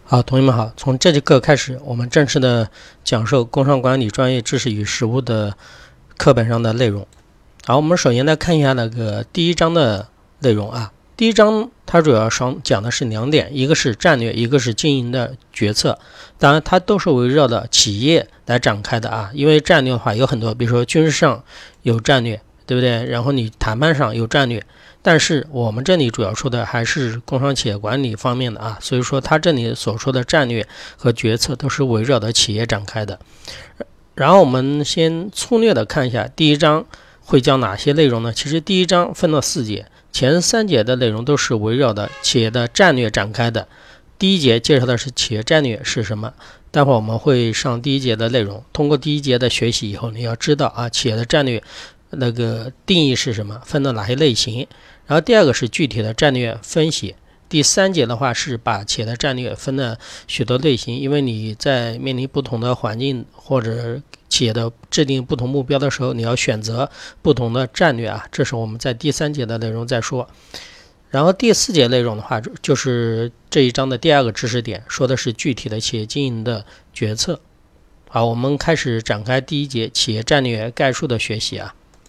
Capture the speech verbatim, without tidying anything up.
好，同学们好，从这节课开始，我们正式的讲授工商管理专业知识与实务的课本上的内容。好，我们首先来看一下那个第一章的内容啊。第一章它主要上讲的是两点，一个是战略，一个是经营的决策。当然，它都是围绕着企业来展开的啊。因为战略的话有很多，比如说军事上有战略，对不对？然后你谈判上有战略。但是我们这里主要说的还是工商企业管理方面的啊，所以说它这里所说的战略和决策都是围绕着企业展开的。然后我们先粗略的看一下第一章会讲哪些内容呢？其实第一章分了四节，前三节的内容都是围绕着企业的战略展开的。第一节介绍的是企业战略是什么，待会儿我们会上第一节的内容。通过第一节的学习以后，你要知道啊，企业的战略那个定义是什么，分了哪些类型。然后第二个是具体的战略分析，第三节的话是把企业的战略分了许多类型，因为你在面临不同的环境或者企业的制定不同目标的时候，你要选择不同的战略啊，这是我们在第三节的内容再说。然后第四节内容的话，就是这一章的第二个知识点，说的是具体的企业经营的决策。好，我们开始展开第一节企业战略概述的学习啊。